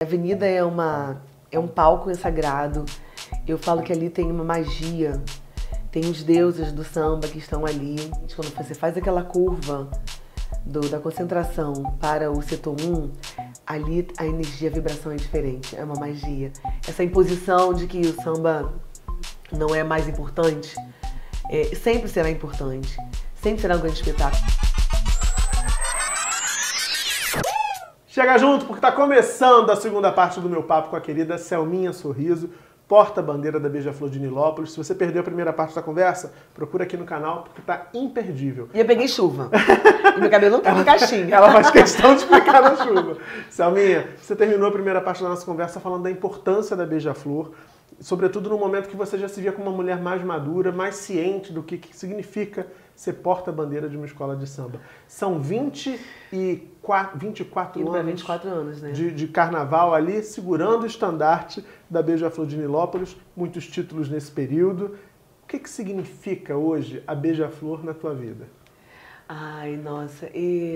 A avenida é um palco sagrado. Eu falo que ali tem uma magia, tem os deuses do samba que estão ali. Quando você faz aquela curva da concentração para o setor 1, ali a energia, a vibração é diferente, é uma magia. Essa imposição de que o samba não é mais importante, sempre será importante, sempre será um grande espetáculo. Chega junto, porque está começando a segunda parte do meu papo com a querida Selminha Sorriso, porta-bandeira da Beija-Flor de Nilópolis. Se você perdeu a primeira parte da conversa, procura aqui no canal, porque tá imperdível. E eu peguei chuva. E meu cabelo não tá em caixinha. Ela faz questão de explicar na chuva. Selminha, você terminou a primeira parte da nossa conversa falando da importância da Beija-Flor, sobretudo no momento que você já se via como uma mulher mais madura, mais ciente do que significa ser porta-bandeira de uma escola de samba. São 24 anos, né? de carnaval ali, segurando o estandarte da Beija-Flor de Nilópolis, muitos títulos nesse período. O que significa hoje a Beija-Flor na tua vida? Ai, nossa,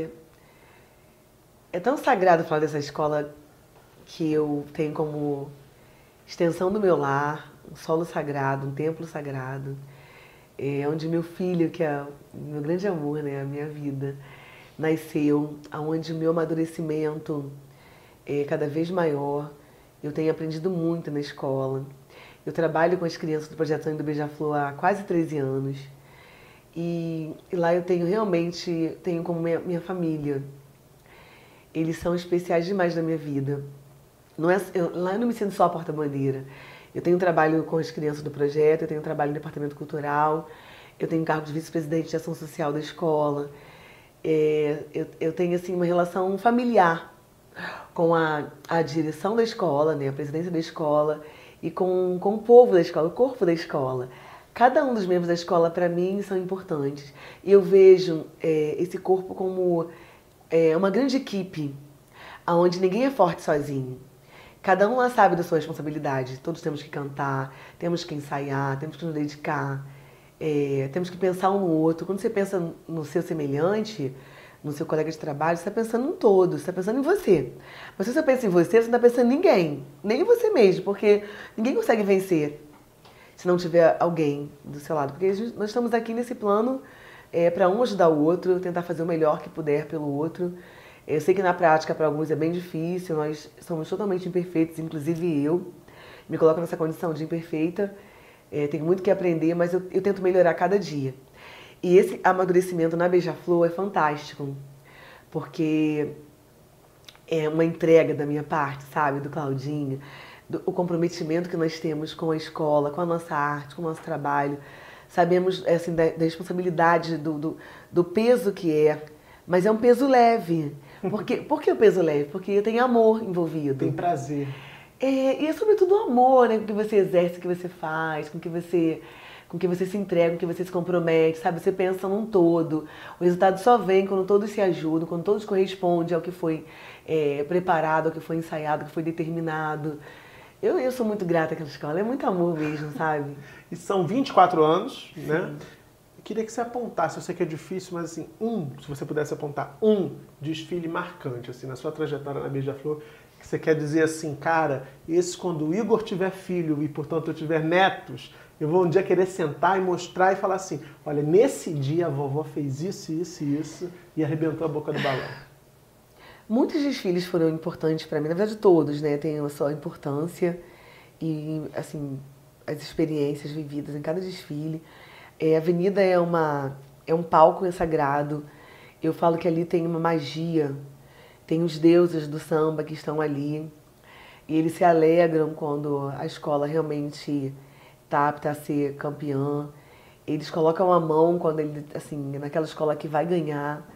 é tão sagrado falar dessa escola que eu tenho como extensão do meu lar, um solo sagrado, um templo sagrado, onde meu filho, que é o meu grande amor, né, a minha vida, nasceu, onde o meu amadurecimento é cada vez maior. Eu tenho aprendido muito na escola. Eu trabalho com as crianças do Projeto Sonho do Beija-Flor há quase 13 anos. E lá eu tenho como minha família. Eles são especiais demais na minha vida. Lá eu não me sinto só a porta-bandeira. Eu tenho trabalho com as crianças do projeto, eu tenho trabalho no departamento cultural, eu tenho cargo de vice-presidente de ação social da escola. Eu tenho assim, uma relação familiar com a direção da escola, né, a presidência da escola, e com o povo da escola, o corpo da escola. Cada um dos membros da escola, para mim, são importantes. E eu vejo esse corpo como uma grande equipe, onde ninguém é forte sozinho. Cada um lá sabe da sua responsabilidade. Todos temos que cantar, temos que ensaiar, temos que nos dedicar, temos que pensar um no outro. Quando você pensa no seu semelhante, no seu colega de trabalho, você está pensando em todo, você está pensando em você. Mas se você pensa em você, você não está pensando em ninguém, nem em você mesmo, porque ninguém consegue vencer se não tiver alguém do seu lado. Porque nós estamos aqui nesse plano para um ajudar o outro, tentar fazer o melhor que puder pelo outro. Eu sei que na prática para alguns é bem difícil, nós somos totalmente imperfeitos, inclusive eu me coloco nessa condição de imperfeita, tenho muito que aprender, mas eu tento melhorar cada dia. E esse amadurecimento na Beija-Flor é fantástico, porque é uma entrega da minha parte, sabe, do Claudinho, o comprometimento que nós temos com a escola, com a nossa arte, com o nosso trabalho. Sabemos assim, da responsabilidade, do peso que é, mas é um peso leve. Por que o peso leve? Porque tem amor envolvido. Tem prazer. E é sobretudo o amor, né? Com que você exerce, com que você faz, com que você se entrega, com que você se compromete, sabe? Você pensa num todo. O resultado só vem quando todos se ajudam, quando todos correspondem ao que foi preparado, ao que foi ensaiado, ao que foi determinado. Eu sou muito grata àquela escola, é muito amor mesmo, sabe? E são 24 anos, Sim. né? Queria que você apontasse, eu sei que é difícil, mas assim, se você pudesse apontar um desfile marcante, assim, na sua trajetória na Beija-Flor, que você quer dizer assim, cara, quando o Igor tiver filho e, portanto, eu tiver netos, eu vou um dia querer sentar e mostrar e falar assim, olha, nesse dia a vovó fez isso, isso e isso e arrebentou a boca do balão. Muitos desfiles foram importantes para mim, na verdade todos, né, têm a sua importância e, assim, as experiências vividas em cada desfile. A avenida é um palco sagrado. Eu falo que ali tem uma magia, tem os deuses do samba que estão ali. E eles se alegram quando a escola realmente está apta a ser campeã. Eles colocam a mão quando assim, naquela escola que vai ganhar.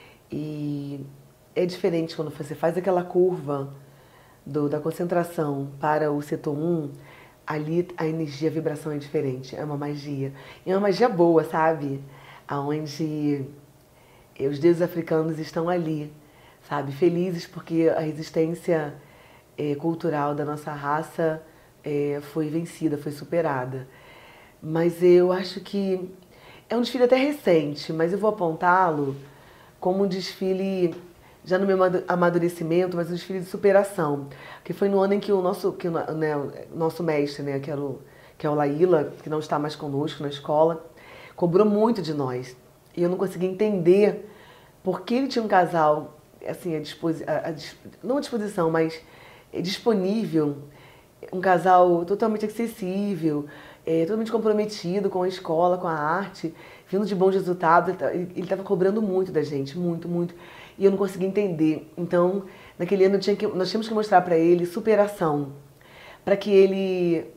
E é diferente quando você faz aquela curva da concentração para o setor 1. Ali a energia, a vibração é diferente, é uma magia. E é uma magia boa, sabe? Onde os deuses africanos estão ali, sabe? Felizes porque a resistência cultural da nossa raça foi vencida, foi superada. Mas eu acho que é um desfile até recente, mas eu vou apontá-lo como um desfile já no meu amadurecimento, mas um desfile de superação. Que foi no ano em que o nosso mestre, né, que é o Laíla, que não está mais conosco na escola, cobrou muito de nós. E eu não conseguia entender por que ele tinha um casal, assim, não à disposição, mas disponível, um casal totalmente acessível, totalmente comprometido com a escola, com a arte, vindo de bons resultados. Ele estava cobrando muito da gente, muito, muito. E eu não conseguia entender. Então, naquele ano nós tínhamos que mostrar para ele superação, para que ele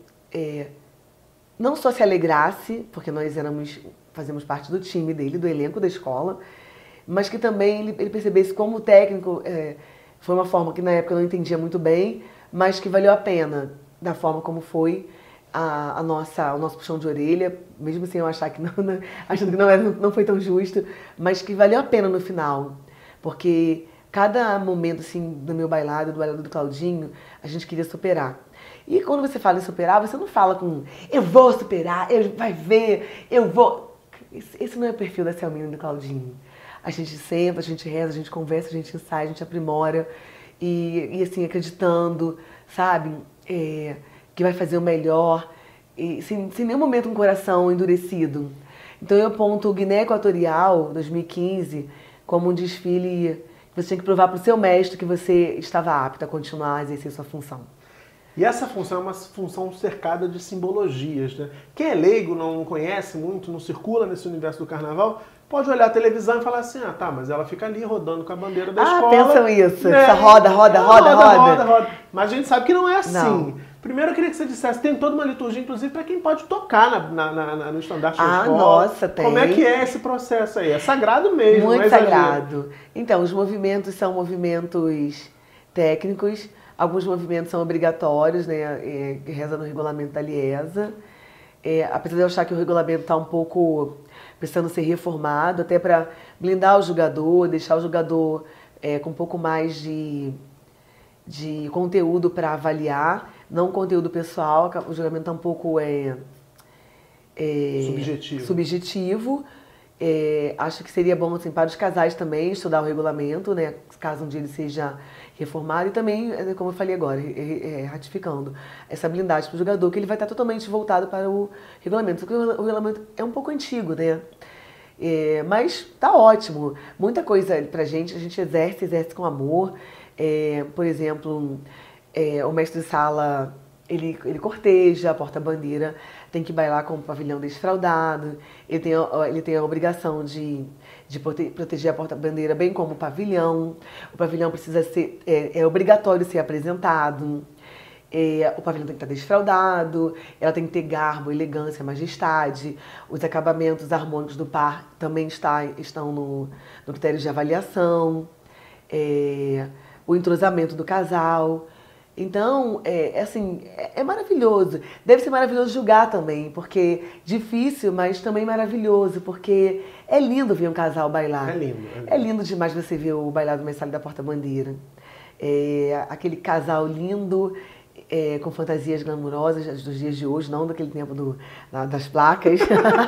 não só se alegrasse, porque nós fazemos parte do time dele, do elenco da escola, mas que também ele percebesse como o técnico foi uma forma que na época eu não entendia muito bem, mas que valeu a pena da forma como foi o nosso puxão de orelha, mesmo sem eu achar que achando que não foi tão justo, mas que valeu a pena no final, porque cada momento assim do meu bailado, do bailado do Claudinho, a gente queria superar. E quando você fala em superar, você não fala com eu vou superar, vai ver, eu vou. Esse não é o perfil da Selminha e do Claudinho. A gente senta, a gente reza, a gente conversa, a gente ensaia, a gente aprimora e assim, acreditando, sabe, que vai fazer o melhor, e sem nenhum momento um coração endurecido. Então eu aponto o Guiné Equatorial 2015 como um desfile que você tinha que provar para o seu mestre que você estava apto a continuar a exercer sua função. E essa função é uma função cercada de simbologias, né? Quem é leigo, não conhece muito, não circula nesse universo do carnaval, pode olhar a televisão e falar assim, ah tá, mas ela fica ali rodando com a bandeira da escola. Pensam isso, essa roda. Mas a gente sabe que não é assim. Não. Primeiro eu queria que você dissesse, tem toda uma liturgia, inclusive, para quem pode tocar no estandarte da escola. Nossa, tem. Como é que é esse processo aí? É sagrado mesmo, muito sagrado. Então, os movimentos são movimentos técnicos, alguns movimentos são obrigatórios, né? Reza no regulamento da Liesa. Apesar de eu achar que o regulamento está um pouco precisando ser reformado, até para blindar o jogador, deixar o jogador com um pouco mais de conteúdo para avaliar, não conteúdo pessoal, o julgamento está um pouco subjetivo. Acho que seria bom assim, para os casais também estudar o regulamento, né, caso um dia ele seja reformado, e também, como eu falei agora, ratificando essa blindagem para o jogador, que ele vai estar totalmente voltado para o regulamento. Só que o regulamento é um pouco antigo, né? Mas tá ótimo. Muita coisa pra gente, a gente exerce com amor. Por exemplo, o mestre de sala, ele corteja a porta-bandeira, tem que bailar com o pavilhão desfraldado, ele tem a obrigação de proteger a porta-bandeira, bem como o pavilhão. O pavilhão precisa ser, é obrigatório ser apresentado. O pavilhão tem que estar desfraldado, ela tem que ter garbo, elegância, majestade. Os acabamentos harmônicos do par também estão no critério de avaliação. O entrosamento do casal. Então, é maravilhoso. Deve ser maravilhoso julgar também, porque difícil, mas também maravilhoso, porque é lindo ver um casal bailar. É lindo. É lindo demais você ver o bailado mestre da porta-bandeira. Aquele casal lindo, com fantasias glamurosas dos dias de hoje, não daquele tempo das placas,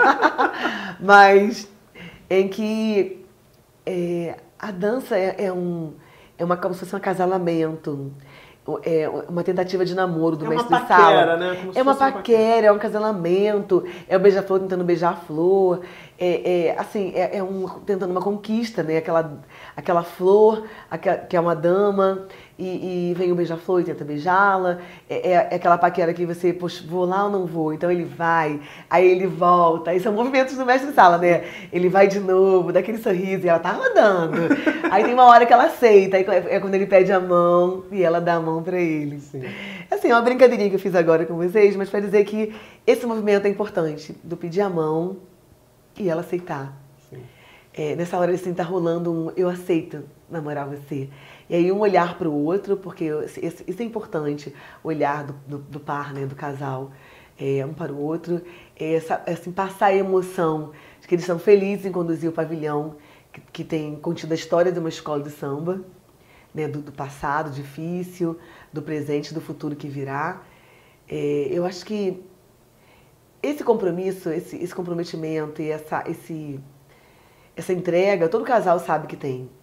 mas em que a dança como se fosse um acasalamento, uma tentativa de namoro do mestre de sala. Né? Como É uma paquera, é um casalamento, é o beija-flor tentando beijar a flor, tentando uma conquista, né? Aquela flor, que é uma dama, e vem o beija-flor e tenta beijá-la. É aquela paquera que você, poxa, vou lá ou não vou? Então ele vai, aí ele volta. Aí são movimentos do mestre de sala, né? Ele vai de novo, dá aquele sorriso e ela tá rodando. Aí tem uma hora que ela aceita, aí é quando ele pede a mão e ela dá a mão pra ele. Sim. Assim, é uma brincadeirinha que eu fiz agora com vocês, mas pra dizer que esse movimento é importante, do pedir a mão e ela aceitar. Nessa hora assim, tá rolando eu aceito namorar você. E aí um olhar para o outro, porque isso é importante, o olhar do par, né, do casal, um para o outro, assim, passar a emoção de que eles estão felizes em conduzir o pavilhão, que tem contido a história de uma escola de samba, né, do passado difícil, do presente, do futuro que virá. Eu acho que esse compromisso, esse comprometimento e essa entrega, todo casal sabe que tem.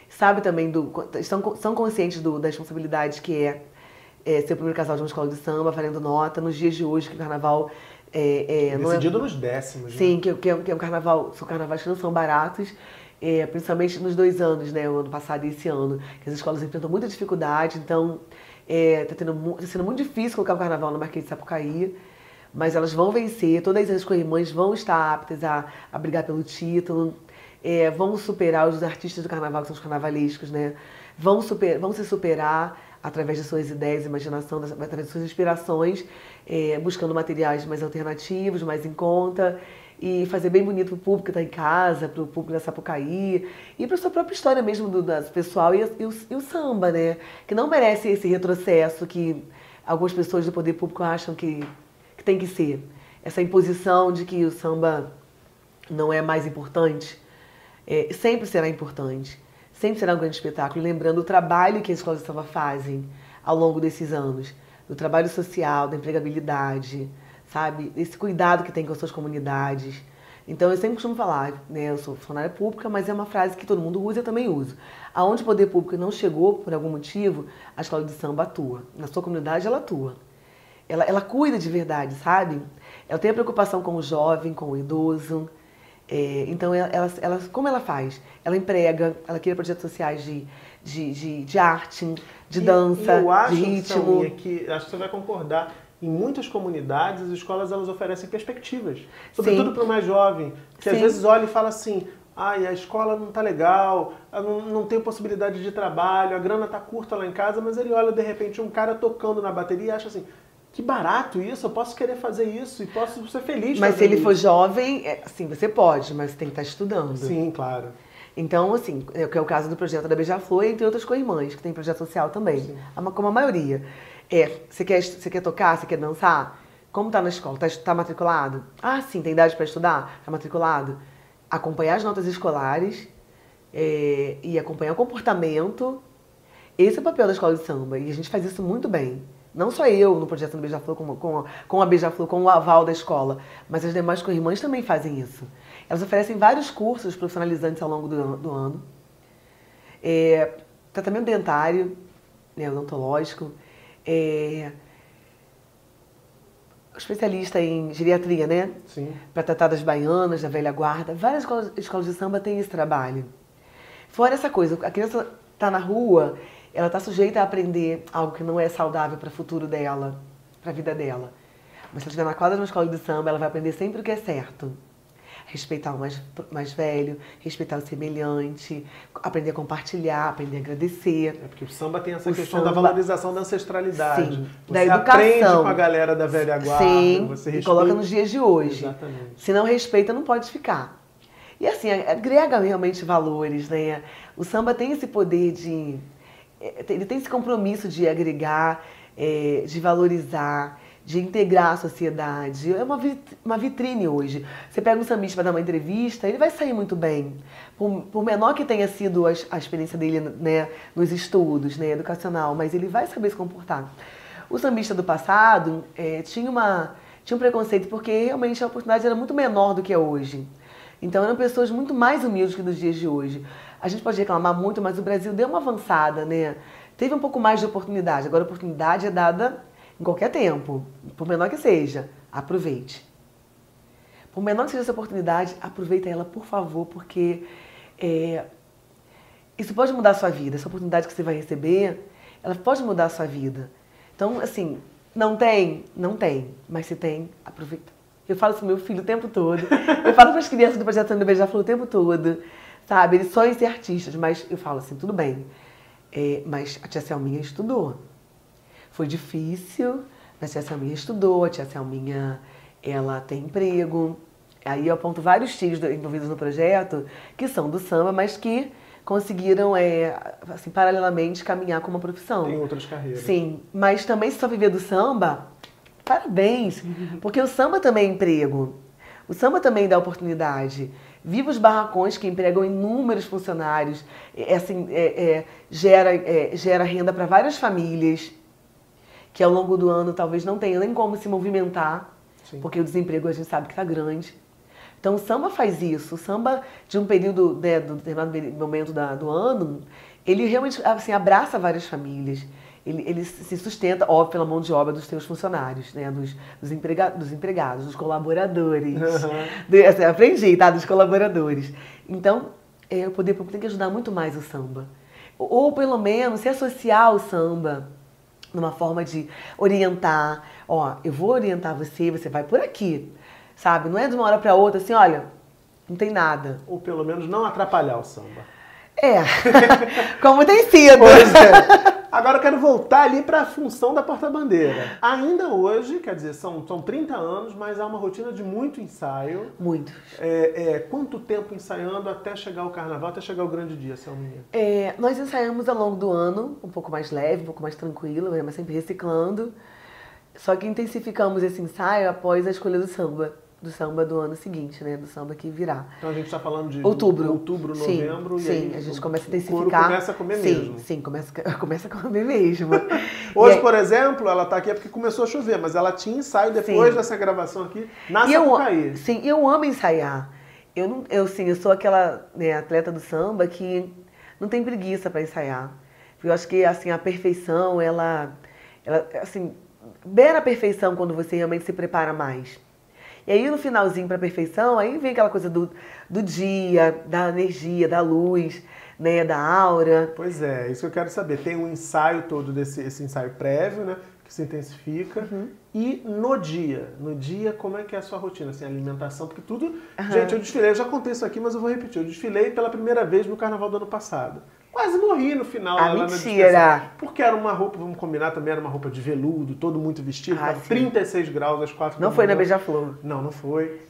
sabe também são conscientes da responsabilidade que ser o primeiro casal de uma escola de samba, valendo nota, nos dias de hoje, que o carnaval decidido nos décimos, sim, né? que é um carnaval, são carnavais que não são baratos, principalmente nos 2 anos, né, o ano passado e esse ano, que as escolas enfrentam muita dificuldade, então tá sendo muito difícil colocar o carnaval no Marquês de Sapucaí, mas elas vão vencer, todas as co-irmãs vão estar aptas a brigar pelo título, vão superar os artistas do carnaval, que são os carnavalescos, né, vão se superar através de suas ideias, imaginação, através de suas inspirações, buscando materiais mais alternativos, mais em conta, e fazer bem bonito para o público que está em casa, para o público da Sapucaí, e para a sua própria história mesmo do pessoal e o samba, né? Que não merece esse retrocesso que algumas pessoas do poder público acham que tem que ser. Essa imposição de que o samba não é mais importante, sempre será importante. Sempre será um grande espetáculo, lembrando o trabalho que as escolas de samba fazem ao longo desses anos, do trabalho social, da empregabilidade, sabe? Esse cuidado que tem com as suas comunidades. Então eu sempre costumo falar, né? Eu sou funcionária pública, mas é uma frase que todo mundo usa e eu também uso. Aonde o poder público não chegou, por algum motivo, a escola de samba atua. Na sua comunidade ela atua. Ela cuida de verdade, sabe? Ela tem a preocupação com o jovem, com o idoso. Então, como ela faz? Ela emprega, ela cria projetos sociais de arte, de dança, de ritmo. Acho que você vai concordar. Em muitas comunidades, as escolas elas oferecem perspectivas. Sobretudo para o mais jovem, que às vezes olha e fala assim, a escola não está legal, não tem possibilidade de trabalho, a grana está curta lá em casa, mas ele olha de repente um cara tocando na bateria e acha assim, que barato isso, eu posso querer fazer isso e posso ser feliz. Mas se ele for jovem, sim, você pode, mas você tem que estar estudando. Sim, claro. Então, assim, que é o caso do projeto da Beija-Flor, entre outras co-irmãs, que tem projeto social também, como a maioria. Você quer tocar, você quer dançar? Como tá na escola? Tá matriculado? Ah, sim, tem idade para estudar? Tá matriculado? Acompanhar as notas escolares e acompanhar o comportamento. Esse é o papel da escola de samba, e a gente faz isso muito bem. Não só eu no projeto do Beija-Flor, com a Beija-Flor, com o aval da escola, mas as demais co-irmãs também fazem isso. Elas oferecem vários cursos profissionalizantes ao longo do ano. Tratamento dentário, né, odontológico, especialista em geriatria, né? Sim. Para tratar das baianas, da velha guarda. Várias escolas de samba têm esse trabalho. Fora essa coisa, a criança está na rua, ela está sujeita a aprender algo que não é saudável para o futuro dela, para a vida dela. Mas se ela estiver na quadra de uma escola de samba, ela vai aprender sempre o que é certo. Respeitar o mais velho, respeitar o semelhante, aprender a compartilhar, aprender a agradecer. Porque o samba tem essa questão da valorização da ancestralidade. Sim, você da educação. Aprende com a galera da velha guarda. Sim, você e coloca nos dias de hoje. Exatamente. Se não respeita, não pode ficar. E assim, agrega realmente valores, né? O samba tem esse poder ele tem esse compromisso de agregar, de valorizar, de integrar a sociedade. É uma vitrine hoje. Você pega um sambista para dar uma entrevista, ele vai sair muito bem. Por menor que tenha sido a experiência dele, né, nos estudos, né, educacional, mas ele vai saber se comportar. O sambista do passado tinha um preconceito porque realmente a oportunidade era muito menor do que é hoje. Então eram pessoas muito mais humildes que nos dias de hoje. A gente pode reclamar muito, mas o Brasil deu uma avançada, né? Teve um pouco mais de oportunidade. Agora a oportunidade é dada em qualquer tempo, por menor que seja. Aproveite. Por menor que seja essa oportunidade, aproveita ela, por favor, porque isso pode mudar a sua vida. Essa oportunidade que você vai receber, ela pode mudar a sua vida. Então, assim, não tem? Não tem. Mas se tem, aproveita. Eu falo isso pro meu filho o tempo todo. Eu falo para as crianças do Projeto do Beija-Flor o tempo todo. Sabe? Eles sonham em ser artistas, mas eu falo assim, tudo bem. Mas a tia Selminha estudou. Foi difícil, mas a tia Selminha estudou. A tia Selminha, ela tem emprego. Aí eu aponto vários tios envolvidos no projeto que são do samba, mas que conseguiram, assim, paralelamente, caminhar como uma profissão. Tem outras carreiras. Sim, mas também se só viver do samba, parabéns, porque o samba também é emprego. O samba também dá oportunidade. Viva os barracões que empregam inúmeros funcionários, gera renda para várias famílias que ao longo do ano talvez não tenham nem como se movimentar, sim, porque o desemprego a gente sabe que está grande. Então o samba faz isso. O samba, de um período, né, do determinado momento do ano, ele realmente assim, abraça várias famílias. Ele se sustenta, óbvio, pela mão de obra dos seus funcionários, né? dos empregados, dos colaboradores. Assim, aprendi, tá? Dos colaboradores. Então, o poder público tem que ajudar muito mais o samba. Ou, pelo menos, se associar ao samba numa forma de orientar. Ó, eu vou orientar você, você vai por aqui, sabe? Não é de uma hora para outra assim, olha, não tem nada. Ou pelo menos não atrapalhar o samba. Como tem sido. Pois é. Agora eu quero voltar ali para a função da porta-bandeira. Ainda hoje, quer dizer, são 30 anos, mas há uma rotina de muito ensaio. Muito. Quanto tempo ensaiando até chegar o carnaval, até chegar o grande dia, Selminha? Nós ensaiamos ao longo do ano, um pouco mais leve, um pouco mais tranquilo, mas sempre reciclando. Só que intensificamos esse ensaio após a escolha do samba do ano seguinte, né? Do samba que virá. Então a gente está falando de outubro, novembro. Sim, e aí a gente começa a intensificar. O couro começa a comer mesmo. Sim, começa a comer mesmo. Hoje, por exemplo, ela está aqui porque começou a chover, mas ela tinha ensaio depois dessa gravação aqui na Sapucaí. Sim, eu amo ensaiar. Eu sou aquela, né, atleta do samba que não tem preguiça para ensaiar. Eu acho que assim, a perfeição, ela assim, beira a perfeição quando você realmente se prepara mais. E aí no finalzinho para a perfeição, aí vem aquela coisa do dia, da energia, da luz, né, da aura. Pois é, isso que eu quero saber. Tem um ensaio todo esse ensaio prévio, né, que se intensifica. E no dia, como é que é a sua rotina, assim, alimentação? Porque tudo... Gente, eu desfilei, eu já contei isso aqui, mas eu vou repetir. Eu desfilei pela primeira vez no carnaval do ano passado. Quase morri no final. Mentira! Porque era uma roupa, vamos combinar, também era uma roupa de veludo, todo muito vestido, tava 36 graus às 4 da manhã. Não foi na Beija-Flor? Não foi.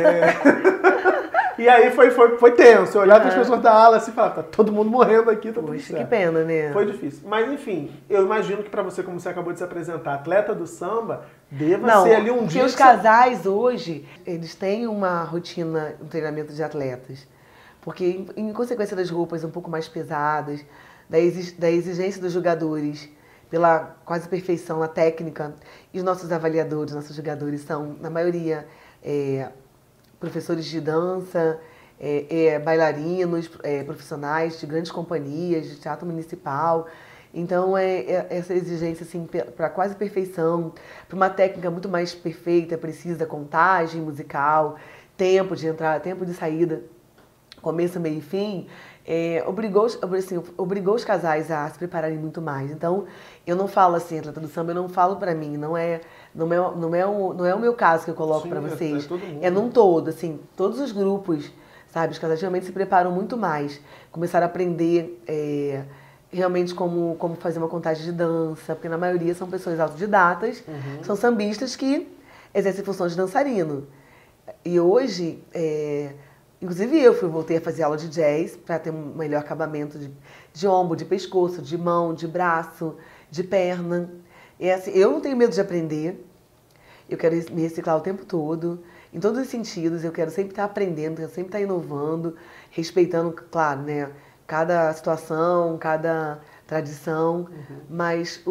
E aí foi tenso. Eu olhava para as pessoas da ala assim e falava, tá todo mundo morrendo aqui, tá tudo certo. Que pena, né? Foi difícil. Mas enfim, eu imagino que para você, como você acabou de se apresentar, atleta do samba, deva ser ali um dia... Porque os casais hoje, eles têm uma rotina, um treinamento de atletas. Porque, em consequência das roupas um pouco mais pesadas, da exigência dos jogadores, pela quase perfeição na técnica, e os nossos avaliadores, nossos jogadores são, na maioria, professores de dança, bailarinos, profissionais de grandes companhias, de teatro municipal. Então, essa exigência assim, para quase perfeição, para uma técnica muito mais perfeita, precisa, contagem musical, tempo de entrada, tempo de saída, começo, meio e fim, obrigou os casais a se prepararem muito mais. Então, eu não falo assim, atleta do samba, eu não falo pra mim, não é o meu caso que eu coloco para vocês. É num todo, assim, todos os grupos, sabe, os casais realmente se preparam muito mais, começaram a aprender realmente como fazer uma contagem de dança, porque na maioria são pessoas autodidatas, são sambistas que exercem funções de dançarino. E hoje, inclusive eu voltei a fazer aula de jazz para ter um melhor acabamento de ombro, de pescoço, de mão, de braço, de perna. E assim, eu não tenho medo de aprender, eu quero me reciclar o tempo todo, em todos os sentidos, eu quero sempre estar aprendendo, quero sempre estar inovando, respeitando, claro, né, cada situação, cada tradição, mas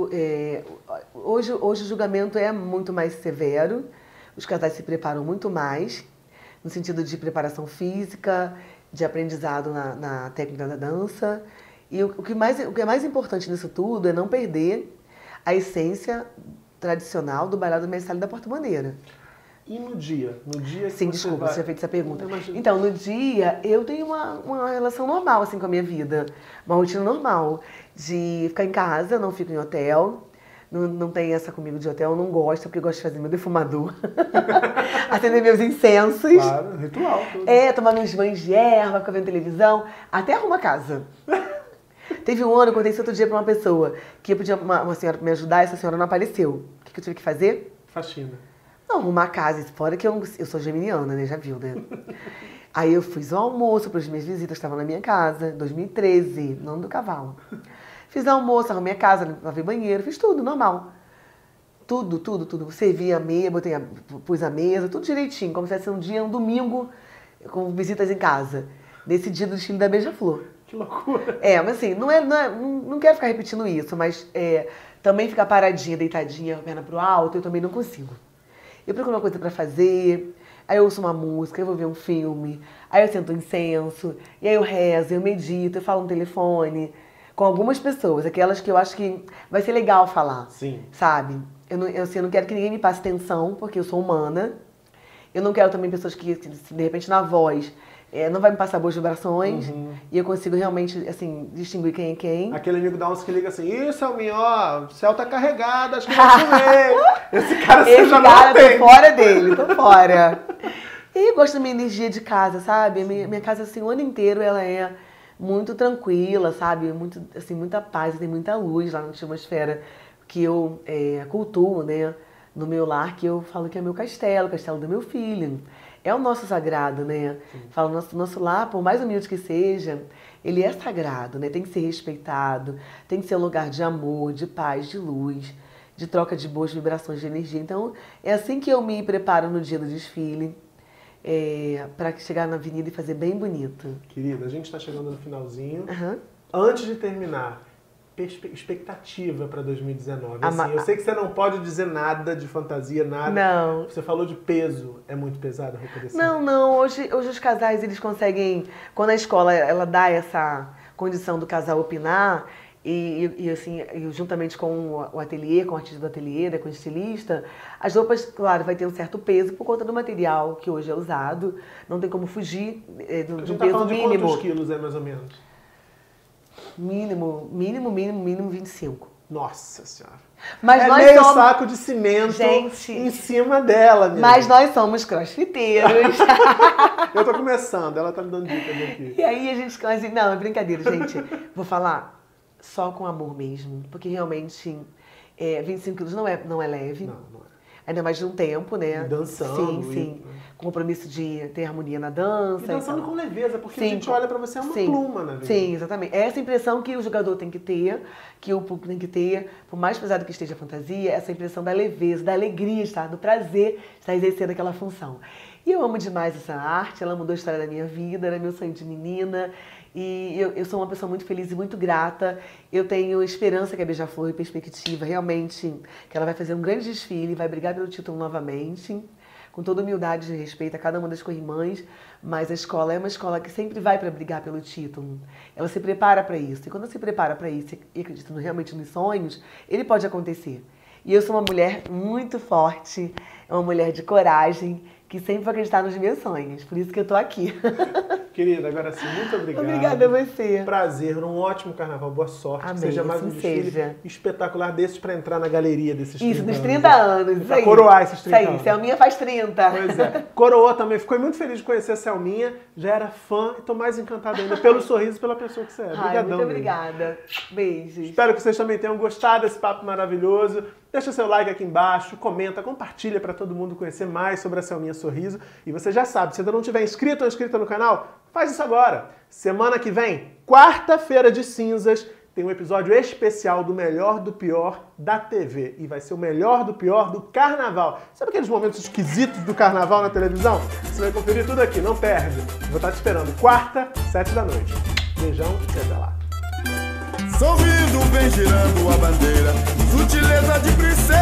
hoje o julgamento é muito mais severo, os casais se preparam muito mais, no sentido de preparação física, de aprendizado na técnica da dança. E o que é mais importante nisso tudo é não perder a essência tradicional do bailado do mestre da porta-bandeira. E no dia? Sim, desculpa, você tinha feito essa pergunta. Então, no dia, eu tenho uma relação normal assim, com a minha vida. Uma rotina normal. De ficar em casa, não fico em hotel. Não tem essa comigo de hotel, eu não gosto, porque eu gosto de fazer meu defumador. Acender meus incensos. Claro, ritual. Tudo. Tomar meus banhos de erva, ficar vendo televisão, até arrumar casa. Teve um ano, eu contei isso outro dia pra uma pessoa, que eu pedi uma senhora pra me ajudar, e essa senhora não apareceu. O que eu tive que fazer? Faxina. Não, arrumar casa, fora que eu sou geminiana, né, já viu, né? Aí eu fiz o almoço para as minhas visitas, estavam na minha casa, 2013, no ano do cavalo. Fiz almoço, arrumei a casa, lavei banheiro, fiz tudo, normal. Tudo. Servi a mesa, pus a mesa, tudo direitinho, como se fosse um domingo, com visitas em casa. Nesse dia do desfile da Beija-Flor. Que loucura. Mas assim, não quero ficar repetindo isso, mas também ficar paradinha, deitadinha, perna pro alto, eu também não consigo. Eu procuro uma coisa para fazer, aí eu ouço uma música, eu vou ver um filme, aí eu sento um incenso, e aí eu rezo, eu medito, eu falo no telefone com algumas pessoas, aquelas que eu acho que vai ser legal falar, Sim. sabe? Eu não quero que ninguém me passe tensão, porque eu sou humana. Eu não quero também pessoas que, de repente, na voz, não vai me passar boas vibrações. E eu consigo realmente, assim, distinguir quem é quem. Aquele amigo da onça que liga assim, isso, Selminha, ó, o céu tá carregado, acho que vai chover. Esse cara você já não atende. Tô fora dele, tô fora. E eu gosto da minha energia de casa, sabe? Minha casa, assim, o ano inteiro, ela é muito tranquila, sabe? Muito, assim, muita paz, tem muita luz lá na atmosfera que eu cultuo, né? No meu lar, que eu falo que é meu castelo, o castelo do meu filho. É o nosso sagrado, né? Falo, nosso lar, por mais humilde que seja, ele é sagrado, né? Tem que ser respeitado, tem que ser um lugar de amor, de paz, de luz, de troca de boas vibrações de energia. Então, é assim que eu me preparo no dia do desfile, para chegar na avenida e fazer bem bonito. Querida, a gente está chegando no finalzinho. Antes de terminar, expectativa para 2019. Assim, eu sei que você não pode dizer nada de fantasia, nada. Não. Você falou de peso. É muito pesado a roupa desse Não. Hoje os casais, eles conseguem... Quando a escola, ela dá essa condição do casal opinar, assim, juntamente com o ateliê, com o artista do ateliê, né, com o estilista, as roupas, claro, vai ter um certo peso por conta do material que hoje é usado. Não tem como fugir do peso mínimo. De quantos quilos mais ou menos? Mínimo 25. Nossa Senhora. Mas nós meio saco de cimento, gente, em cima dela. Mas nós somos crossfiteiros. Eu tô começando, ela tá me dando dicas aqui. E aí a gente... Não, é brincadeira, gente. Vou falar só com amor mesmo. Porque realmente 25 quilos não é leve. Não é. Ainda mais de um tempo, né? E dançando. Sim. Compromisso de ter harmonia na dança. E dançando com leveza, porque a gente olha pra você uma pluma na vida. Sim, exatamente. É essa impressão que o jogador tem que ter, que o público tem que ter, por mais pesado que esteja a fantasia, essa impressão da leveza, da alegria, do prazer de estar exercendo aquela função. E eu amo demais essa arte, ela mudou a história da minha vida, era meu sonho de menina. E eu sou uma pessoa muito feliz e muito grata. Eu tenho esperança que a Beija-Flor e perspectiva, realmente, que ela vai fazer um grande desfile, vai brigar pelo título novamente, com toda humildade e respeito a cada uma das corrimãs, mas a escola é uma escola que sempre vai para brigar pelo título. Ela se prepara para isso. E quando ela se prepara para isso e acredita realmente nos sonhos, ele pode acontecer. E eu sou uma mulher muito forte, uma mulher de coragem, que sempre vai acreditar nos meus sonhos. Por isso que eu tô aqui. Querida, agora sim, muito obrigado. Obrigada a você. Prazer, um ótimo carnaval, boa sorte. Amém, que seja mais um desfile espetacular desses para entrar na galeria desses 30 anos. Isso, dos 30 anos. Pra coroar esses 30 anos. Selminha faz 30. Pois é. Coroou também, fiquei muito feliz de conhecer a Selminha, já era fã e tô mais encantado ainda pelo sorriso e pela pessoa que você é. Obrigadão. Muito obrigada. Beijos. Espero que vocês também tenham gostado desse papo maravilhoso. Deixa seu like aqui embaixo, comenta, compartilha para todo mundo conhecer mais sobre a Selminha Sorriso. E você já sabe, se ainda não tiver inscrito ou inscrita no canal, faz isso agora. Semana que vem, quarta-feira de cinzas, tem um episódio especial do Melhor do Pior da TV. E vai ser o Melhor do Pior do Carnaval. Sabe aqueles momentos esquisitos do Carnaval na televisão? Você vai conferir tudo aqui, não perde. Vou estar te esperando quarta, 7 da noite. Beijão e até lá. Sorrindo vem girando a bandeira, sutileza de princesa.